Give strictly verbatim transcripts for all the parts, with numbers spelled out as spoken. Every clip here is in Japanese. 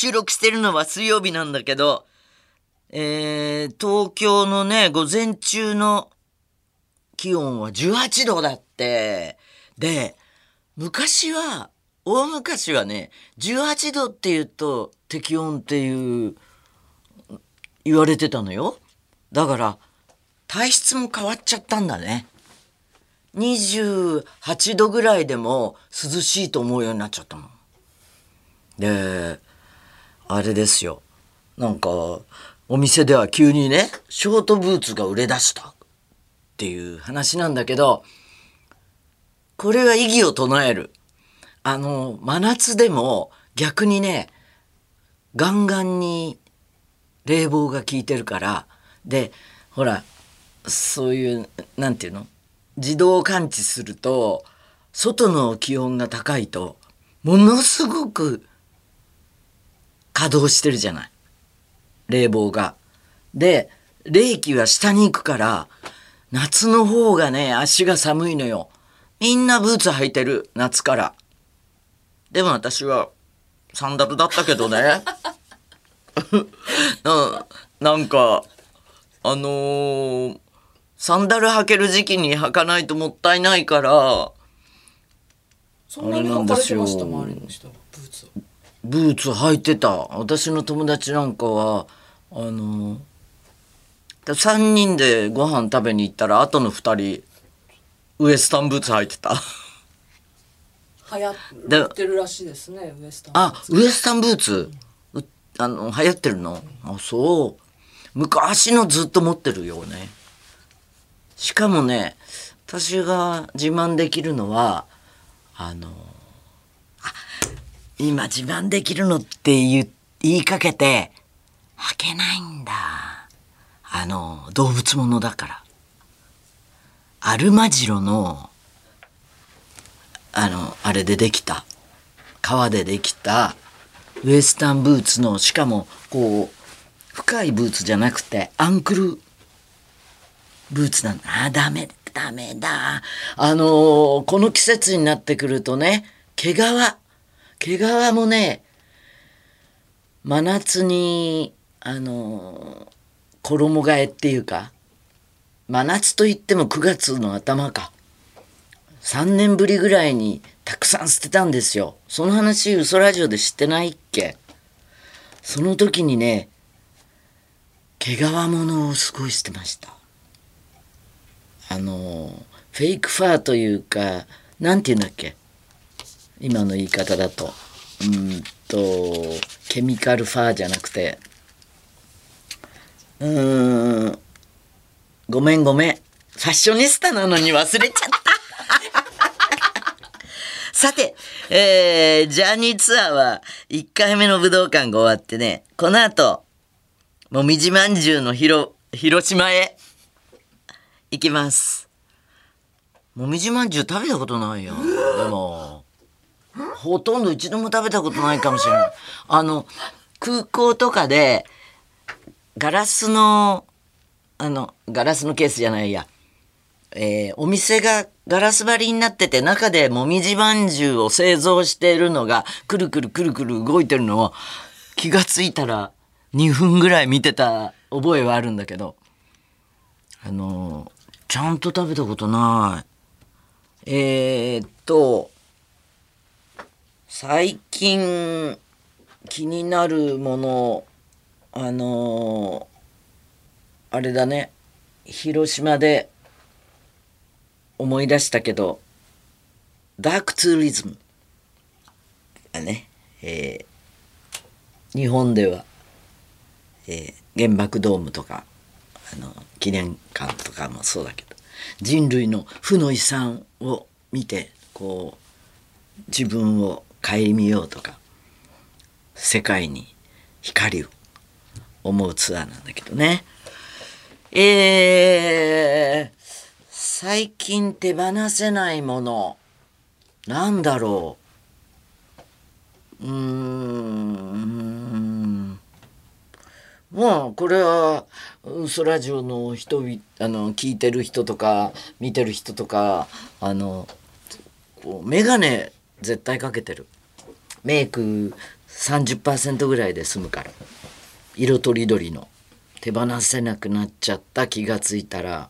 収録してるのは水曜日なんだけど、えー、東京のね、午前中の気温はじゅうはちどだって。で、昔は、大昔はね、じゅうはちどって言うと適温っていう言われてたのよ。だから体質も変わっちゃったんだね。にじゅうはちどぐらいでも涼しいと思うようになっちゃったもん。で、あれですよ。なんかお店では急にね、ショートブーツが売れ出したっていう話なんだけど、これは異議を唱える。あの真夏でも逆にね、ガンガンに冷房が効いてるから、でほら、そういうなんていうの、自動感知すると外の気温が高いとものすごく稼働してるじゃない、冷房が。で冷気は下に行くから夏の方がね、足が寒いのよ。みんなブーツ履いてる、夏から。でも私はサンダルだったけどねな, なんかあのー、サンダル履ける時期に履かないともったいないから。 そんなに履かれてました？周りの人はブーツを。 ブーツ履いてた。私の友達なんかはあのー、さんにんでご飯食べに行ったら、あとのふたりウエスタンブーツ履いてた。 流行ってるらしいですね、ウエスタンブーツ。 あ、ウエスタンブーツ、うん、あの流行ってるの、うん、あ、そう。昔のずっと持ってるよね。しかもね、私が自慢できるのは、あのあ、今自慢できるのって言い、言いかけて履けないんだ。あの動物ものだから。アルマジロのあのあれでできた、革でできたウエスタンブーツの、しかもこう深いブーツじゃなくてアンクルブーツなんだ。あ、ダメダメだ。あのー、この季節になってくるとね、毛皮毛皮もね、真夏にあのー、衣替えっていうか、真夏といってもくがつの頭か、さんねんぶりぐらいにたくさん捨てたんですよ。その話嘘ラジオで知ってないっけ。その時にね、毛皮物をすごい捨てました。あのフェイクファーというか、なんていうんだっけ、今の言い方だと、うんとケミカルファーじゃなくて、うーん、ごめんごめん、ファッショニスタなのに忘れちゃったさて、えー、ジャーニーツアーはいっかいめの武道館が終わってね、この後もみじまんじゅうの広広島へ行きます。もみじまんじゅう食べたことないよ。でもほとんど一度も食べたことないかもしれない。あの空港とかでガラスのあのガラスのケースじゃないや、えー、お店がガラス張りになってて、中でもみじまんじゅうを製造しているのがくるくるくるくる動いてるのを気がついたらにふんぐらい見てた覚えはあるんだけど、あのちゃんと食べたことない。えー、っと最近気になるもの、あのあれだね、広島で思い出したけど、ダークツーリズムがね、えー、日本では、えー、原爆ドームとかあの記念館とかもそうだけど、人類の負の遺産を見てこう自分を顧みようとか、世界に光を思うツアーなんだけどね。えー最近手放せないものなんだろう。うーん、まあこれは嘘ラジオの人々、あの聞いてる人とか見てる人とか、あのこうメガネ絶対かけてる。 メイクさんじゅっパーセントぐらいで済むから、色とりどりの。手放せなくなっちゃった。気がついたら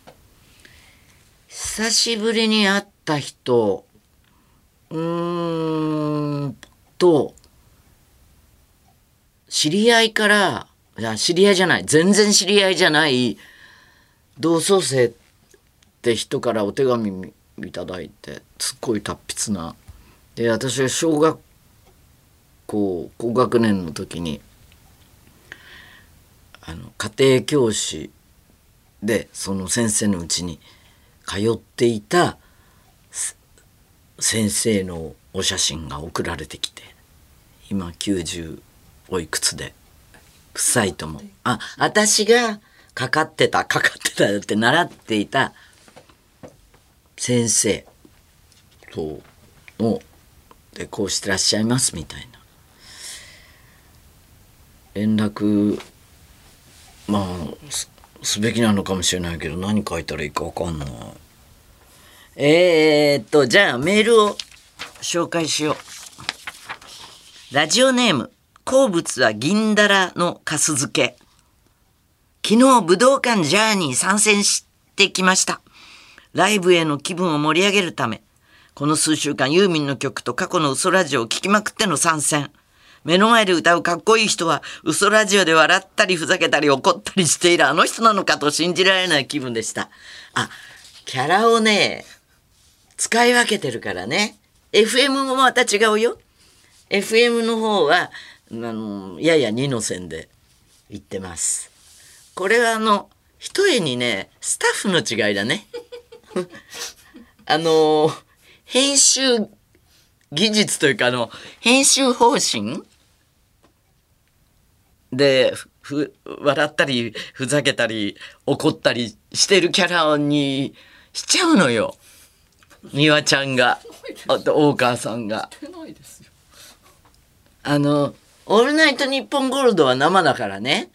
久しぶりに会った人うーんと知り合いから、いや知り合いじゃない、全然知り合いじゃない同窓生って人からお手紙いただいて、すっごい達筆な。で私は小学校高学年の時にあの家庭教師でその先生のうちに通っていた先生のお写真が送られてきて、今きゅうじゅうおいくつで臭いとも、あ、私がかかってたかかってたって習っていた先生とのでこうしてらっしゃいますみたいな連絡まあ す, すべきなのかもしれないけど、何書いたらいいか分かんない。えー、っとじゃあメールを紹介しよう。ラジオネーム好物は銀だらのかす漬け。昨日武道館ジャーニー参戦してきました。ライブへの気分を盛り上げるため、この数週間ユーミンの曲と過去の嘘ラジオを聴きまくっての参戦。目の前で歌うかっこいい人は嘘ラジオで笑ったりふざけたり怒ったりしているあの人なのかと信じられない気分でした。あ、キャラをね使い分けてるからね。 エフエム もまた違うよ。 エフエム の方はあのやや二の線で言ってます。これはあのひとえにねスタッフの違いだねあの編集技術というかあの編集方針でふ笑ったりふざけたり怒ったりしてるキャラにしちゃうのよ、美和ちゃんが、あと大川さんが。あの「オールナイトニッポンゴールド」は生だからね、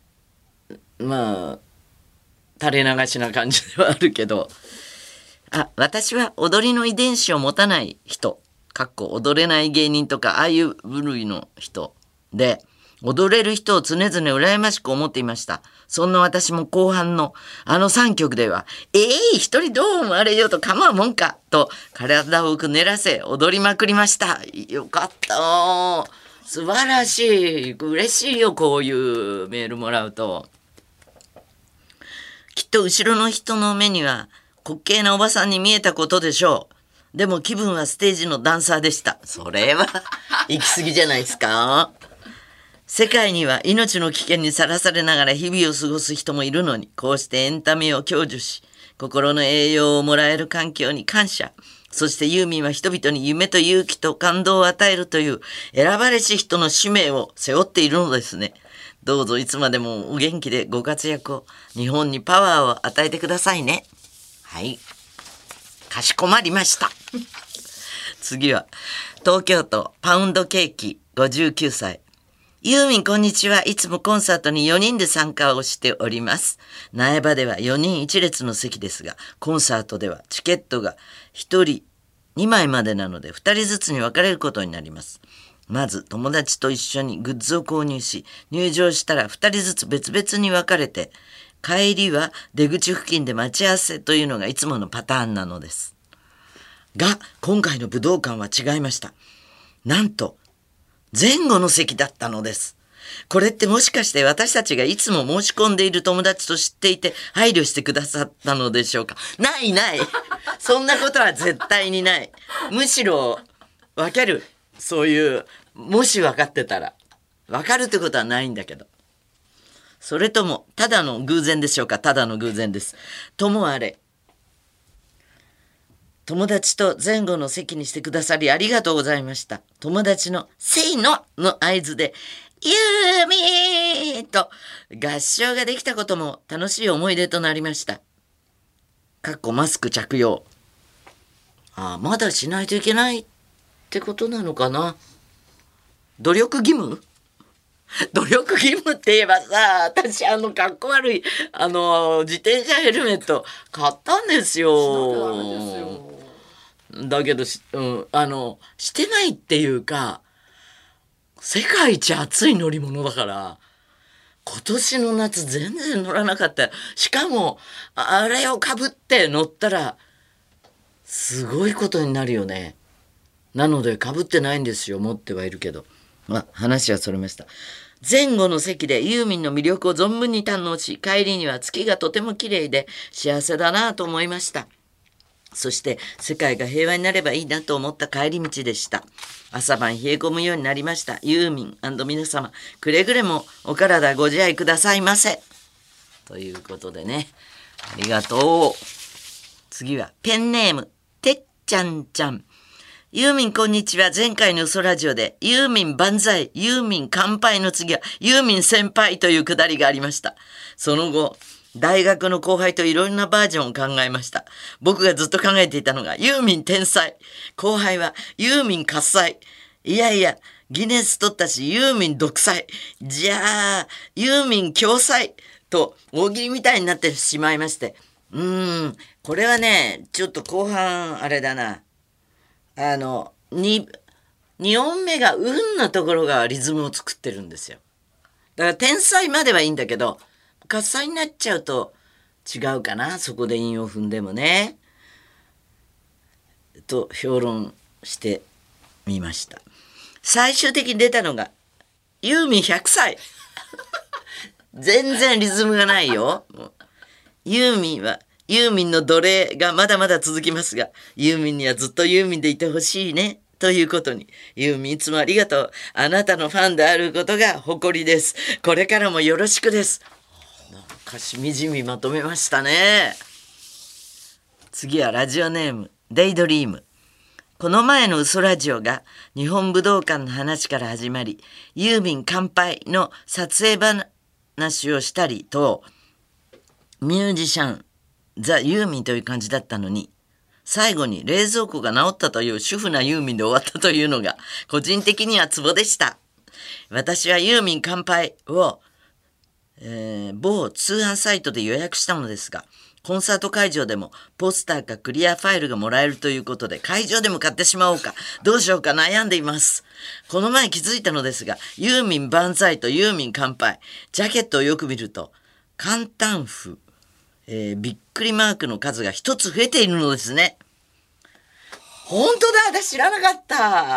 まあ垂れ流しな感じではあるけど、あ、私は踊りの遺伝子を持たない人、かっこ踊れない芸人とかああいう部類の人で、踊れる人を常々羨ましく思っていました。そんな私も後半のあのさんきょくでは「ええー、一人どう思われようと構うもんか」と体をくねらせ踊りまくりました。よかった、素晴らしい、嬉しいよ、こういうメールもらうと。きっと後ろの人の目には滑稽なおばさんに見えたことでしょう。でも気分はステージのダンサーでした。それは行き過ぎじゃないですか。世界には命の危険にさらされながら日々を過ごす人もいるのに、こうしてエンタメを享受し心の栄養をもらえる環境に感謝。そしてユーミンは人々に夢と勇気と感動を与えるという選ばれし人の使命を背負っているのですね。どうぞいつまでもお元気でご活躍を、日本にパワーを与えてくださいね。はい、かしこまりました次は東京都パウンドケーキごじゅうきゅうさい。ユーミンこんにちは。いつもコンサートによにんで参加をしております。苗場ではよにんいち列の席ですが、コンサートではチケットがひとりにまいまでなのでふたりずつに分かれることになります。まず友達と一緒にグッズを購入し、入場したらふたりずつ別々に分かれて、帰りは出口付近で待ち合わせというのがいつものパターンなのです。が、今回の武道館は違いました。なんと前後の席だったのです。これってもしかして私たちがいつも申し込んでいる友達と知っていて配慮してくださったのでしょうか。ないない、そんなことは絶対にない。むしろ分かる、そういう、もし分かってたら分かるってことはないんだけど、それともただの偶然でしょうか。ただの偶然です。ともあれ、友達と前後の席にしてくださりありがとうございました。友達のせいのの合図でユーミンと合唱ができたことも楽しい思い出となりました。かっこマスク着用。ああ、まだしないといけないってことなのかな。努力義務努力義務って言えばさ、私あのかっこ悪いあの自転車ヘルメット買ったんですよ。だけどし、うん、あのしてないっていうか、 世界一暑い乗り物だから今年の夏全然乗らなかったよ。しかもあれをかぶって乗ったらすごいことになるよね。なのでかぶってないんですよ。持ってはいるけど。まあ話はそれました。前後の席でユーミンの魅力を存分に堪能し、帰りには月がとても綺麗で幸せだなと思いました。そして世界が平和になればいいなと思った帰り道でした。朝晩冷え込むようになりました。ユーミン&皆様、くれぐれもお体ご自愛くださいませ。ということでね、ありがとう。次はペンネーム、てっちゃんちゃん。ユーミンこんにちは。前回の嘘ラジオでユーミン万歳、ユーミン乾杯の次はユーミン先輩というくだりがありました。その後、大学の後輩といろんなバージョンを考えました。僕がずっと考えていたのがユーミン天才、後輩はユーミン喝采、いやいやギネス取ったしユーミン独裁、じゃあユーミン共催と大喜利みたいになってしまいまして、うーんこれはねちょっと後半あれだな、あの 2, 2音目が運のところがリズムを作ってるんですよ。だから天才まではいいんだけど喝采になっちゃうと違うかな、そこで韻を踏んでもねと評論してみました。最終的に出たのがユーミンひゃくさい全然リズムがないよ。ユーミンはユーミンの奴隷がまだまだ続きますが、ユーミンにはずっとユーミンでいてほしいねということに、ユーミンいつもありがとう。あなたのファンであることが誇りです。これからもよろしくです。なんかしみじみまとめましたね。次はラジオネームデイドリーム。この前の嘘ラジオが日本武道館の話から始まり、ユーミン乾杯の撮影話をしたりと、ミュージシャンザ・ユーミンという感じだったのに、最後に冷蔵庫が治ったという主婦なユーミンで終わったというのが個人的にはツボでした。私はユーミン乾杯を、えー、某通販サイトで予約したのですが、コンサート会場でもポスターかクリアファイルがもらえるということで会場でも買ってしまおうかどうしようか悩んでいます。この前気づいたのですが、ユーミン万歳とユーミン乾杯、ジャケットをよく見ると簡単符、えー、びっくりマークの数が一つ増えているのですね。本当だ、私知らなかった。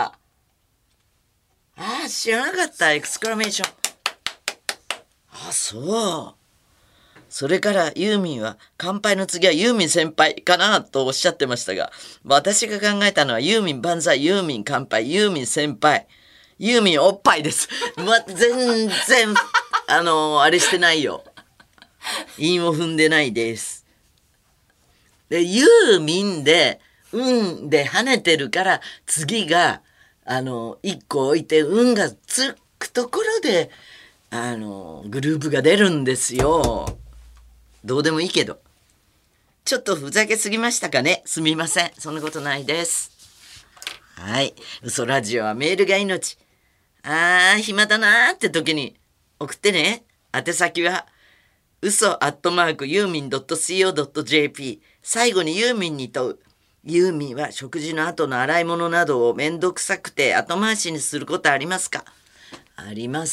ああ、知らなかった。エクスクラメーション。あ、そう。それからユーミンは乾杯の次はユーミン先輩かなとおっしゃってましたが、私が考えたのはユーミン万歳、ユーミン乾杯、ユーミン先輩、ユーミンおっぱいです。ま、全然あのあれしてないよ。韻を踏んでないです。でユーミンで運で跳ねてるから次があのいっこ置いて運がつくところであのグループが出るんですよ。どうでもいいけど、ちょっとふざけすぎましたかね。すみません、そんなことないです。はい、嘘ラジオはメールが命。あー暇だなーって時に送ってね。宛先は嘘アットマークユーミンドットシーオードットジェーピー。最後にユーミンに問う。ユーミンは食事の後の洗い物などをめんどくさくて後回しにすることありますか？あります。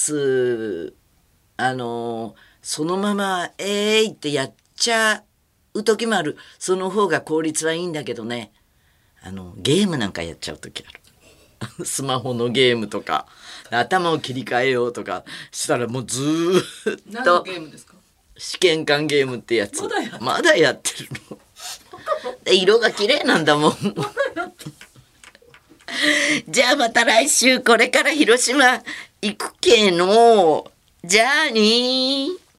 あのそのままえーいってやっちゃう時もある。その方が効率はいいんだけどね。あのゲームなんかやっちゃう時ある。スマホのゲームとか頭を切り替えようとかしたらもうずーっと。 何のゲームですか？ 試験官ゲームってやつ。 まだやってる、 まだやってるの。で色が綺麗なんだもん。じゃあまた来週、これから広島行くけの。じゃあにー。